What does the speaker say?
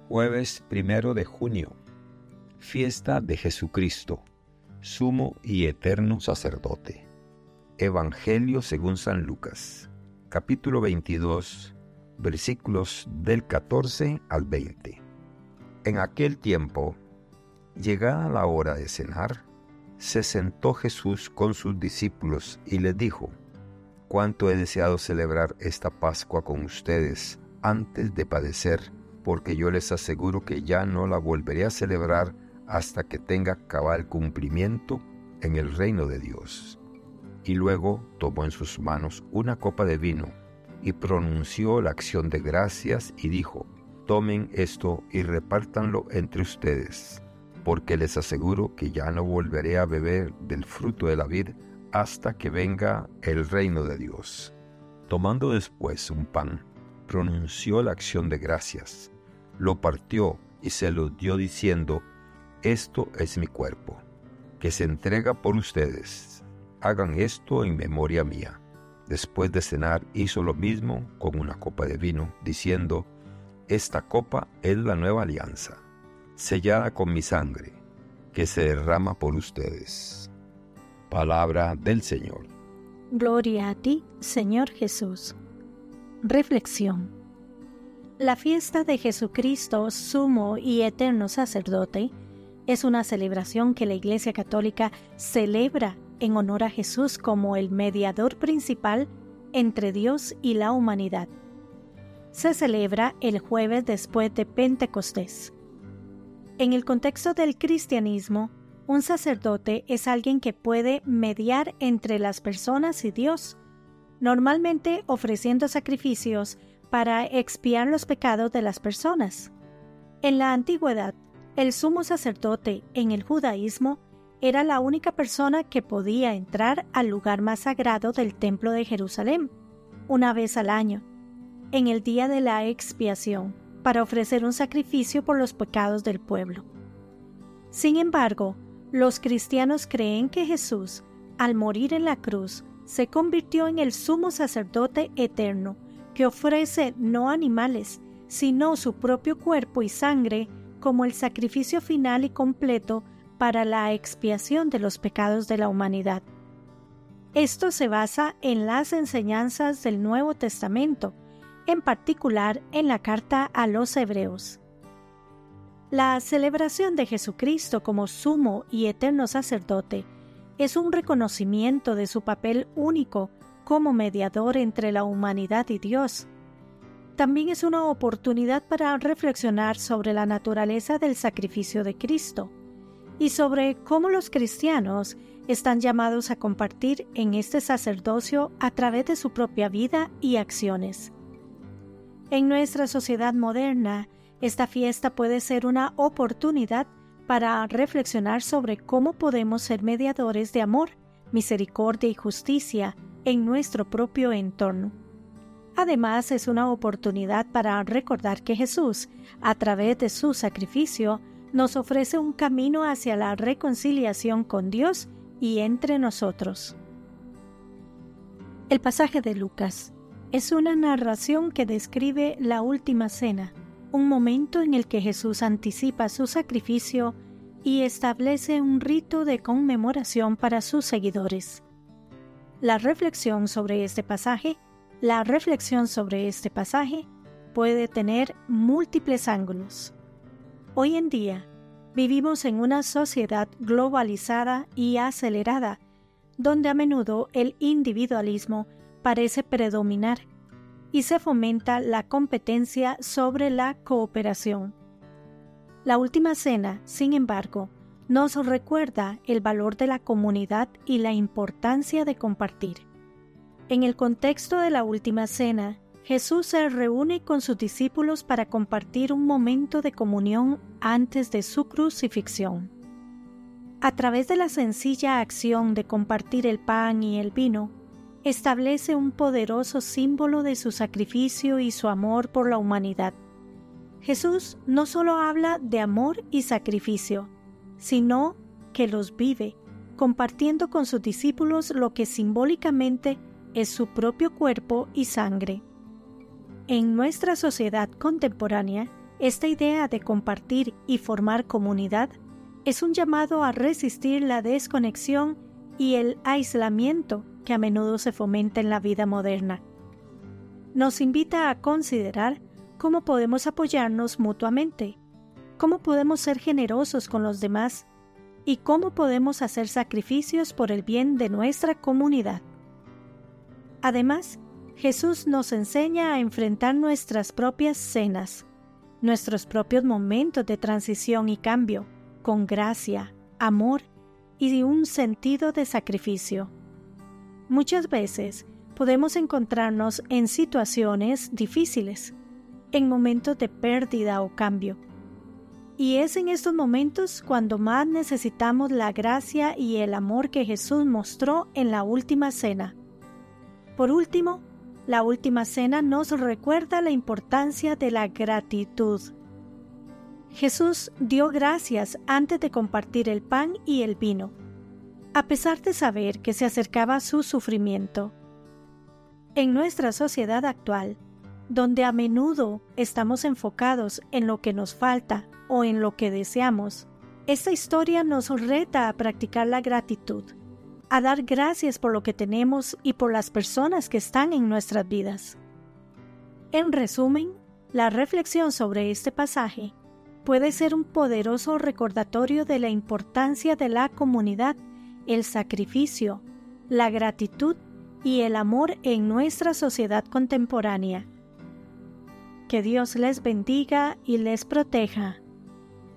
Jueves 1 de junio, fiesta de Jesucristo, sumo y eterno sacerdote. Evangelio según San Lucas, capítulo 22, versículos del 14 al 20. En aquel tiempo, llegada la hora de cenar, se sentó Jesús con sus discípulos y les dijo: «Cuánto he deseado celebrar esta Pascua con ustedes antes de padecer, porque yo les aseguro que ya no la volveré a celebrar hasta que tenga cabal cumplimiento en el reino de Dios». Y luego tomó en sus manos una copa de vino y pronunció la acción de gracias y dijo: «Tomen esto y repártanlo entre ustedes, porque les aseguro que ya no volveré a beber del fruto de la vid hasta que venga el reino de Dios». Tomando después un pan, pronunció la acción de gracias, lo partió y se lo dio diciendo: «Esto es mi cuerpo, que se entrega por ustedes. Hagan esto en memoria mía». Después de cenar hizo lo mismo con una copa de vino, diciendo: «Esta copa es la nueva alianza, sellada con mi sangre, que se derrama por ustedes». Palabra del Señor. Gloria a ti, Señor Jesús. Reflexión. La fiesta de Jesucristo, sumo y eterno sacerdote, es una celebración que la Iglesia Católica celebra en honor a Jesús como el mediador principal entre Dios y la humanidad. Se celebra el jueves después de Pentecostés. En el contexto del cristianismo, un sacerdote es alguien que puede mediar entre las personas y Dios, normalmente ofreciendo sacrificios para expiar los pecados de las personas. En la antigüedad, el sumo sacerdote en el judaísmo era la única persona que podía entrar al lugar más sagrado del Templo de Jerusalén, una vez al año, en el día de la expiación, para ofrecer un sacrificio por los pecados del pueblo. Sin embargo, los cristianos creen que Jesús, al morir en la cruz, se convirtió en el sumo sacerdote eterno, que ofrece no animales, sino su propio cuerpo y sangre como el sacrificio final y completo para la expiación de los pecados de la humanidad. Esto se basa en las enseñanzas del Nuevo Testamento, en particular en la carta a los Hebreos. La celebración de Jesucristo como sumo y eterno sacerdote es un reconocimiento de su papel único como mediador entre la humanidad y Dios. También es una oportunidad para reflexionar sobre la naturaleza del sacrificio de Cristo y sobre cómo los cristianos están llamados a compartir en este sacerdocio a través de su propia vida y acciones. En nuestra sociedad moderna, esta fiesta puede ser una oportunidad para reflexionar sobre cómo podemos ser mediadores de amor, misericordia y justicia en nuestro propio entorno. Además, es una oportunidad para recordar que Jesús, a través de su sacrificio, nos ofrece un camino hacia la reconciliación con Dios y entre nosotros. El pasaje de Lucas es una narración que describe la última cena, un momento en el que Jesús anticipa su sacrificio y establece un rito de conmemoración para sus seguidores. La reflexión sobre este pasaje puede tener múltiples ángulos. Hoy en día, vivimos en una sociedad globalizada y acelerada, donde a menudo el individualismo parece predominar y se fomenta la competencia sobre la cooperación. La última cena, sin embargo, nos recuerda el valor de la comunidad y la importancia de compartir. En el contexto de la última cena, Jesús se reúne con sus discípulos para compartir un momento de comunión antes de su crucifixión. A través de la sencilla acción de compartir el pan y el vino, establece un poderoso símbolo de su sacrificio y su amor por la humanidad. Jesús no solo habla de amor y sacrificio, sino que los vive, compartiendo con sus discípulos lo que simbólicamente es su propio cuerpo y sangre. En nuestra sociedad contemporánea, Esta idea de compartir y formar comunidad es un llamado a resistir la desconexión y el aislamiento que a menudo se fomenta en la vida moderna. Nos invita a considerar cómo podemos apoyarnos mutuamente, cómo podemos ser generosos con los demás y cómo podemos hacer sacrificios por el bien de nuestra comunidad. Además, Jesús nos enseña a enfrentar nuestras propias cenas, nuestros propios momentos de transición y cambio, con gracia, amor y un sentido de sacrificio. Muchas veces podemos encontrarnos en situaciones difíciles, en momentos de pérdida o cambio. Y es en estos momentos cuando más necesitamos la gracia y el amor que Jesús mostró en la última cena. Por último, la última cena nos recuerda la importancia de la gratitud. Jesús dio gracias antes de compartir el pan y el vino, a pesar de saber que se acercaba su sufrimiento. En nuestra sociedad actual, donde a menudo estamos enfocados en lo que nos falta o en lo que deseamos, esta historia nos reta a practicar la gratitud, a dar gracias por lo que tenemos y por las personas que están en nuestras vidas. En resumen, la reflexión sobre este pasaje puede ser un poderoso recordatorio de la importancia de la comunidad, el sacrificio, la gratitud y el amor en nuestra sociedad contemporánea. Que Dios les bendiga y les proteja.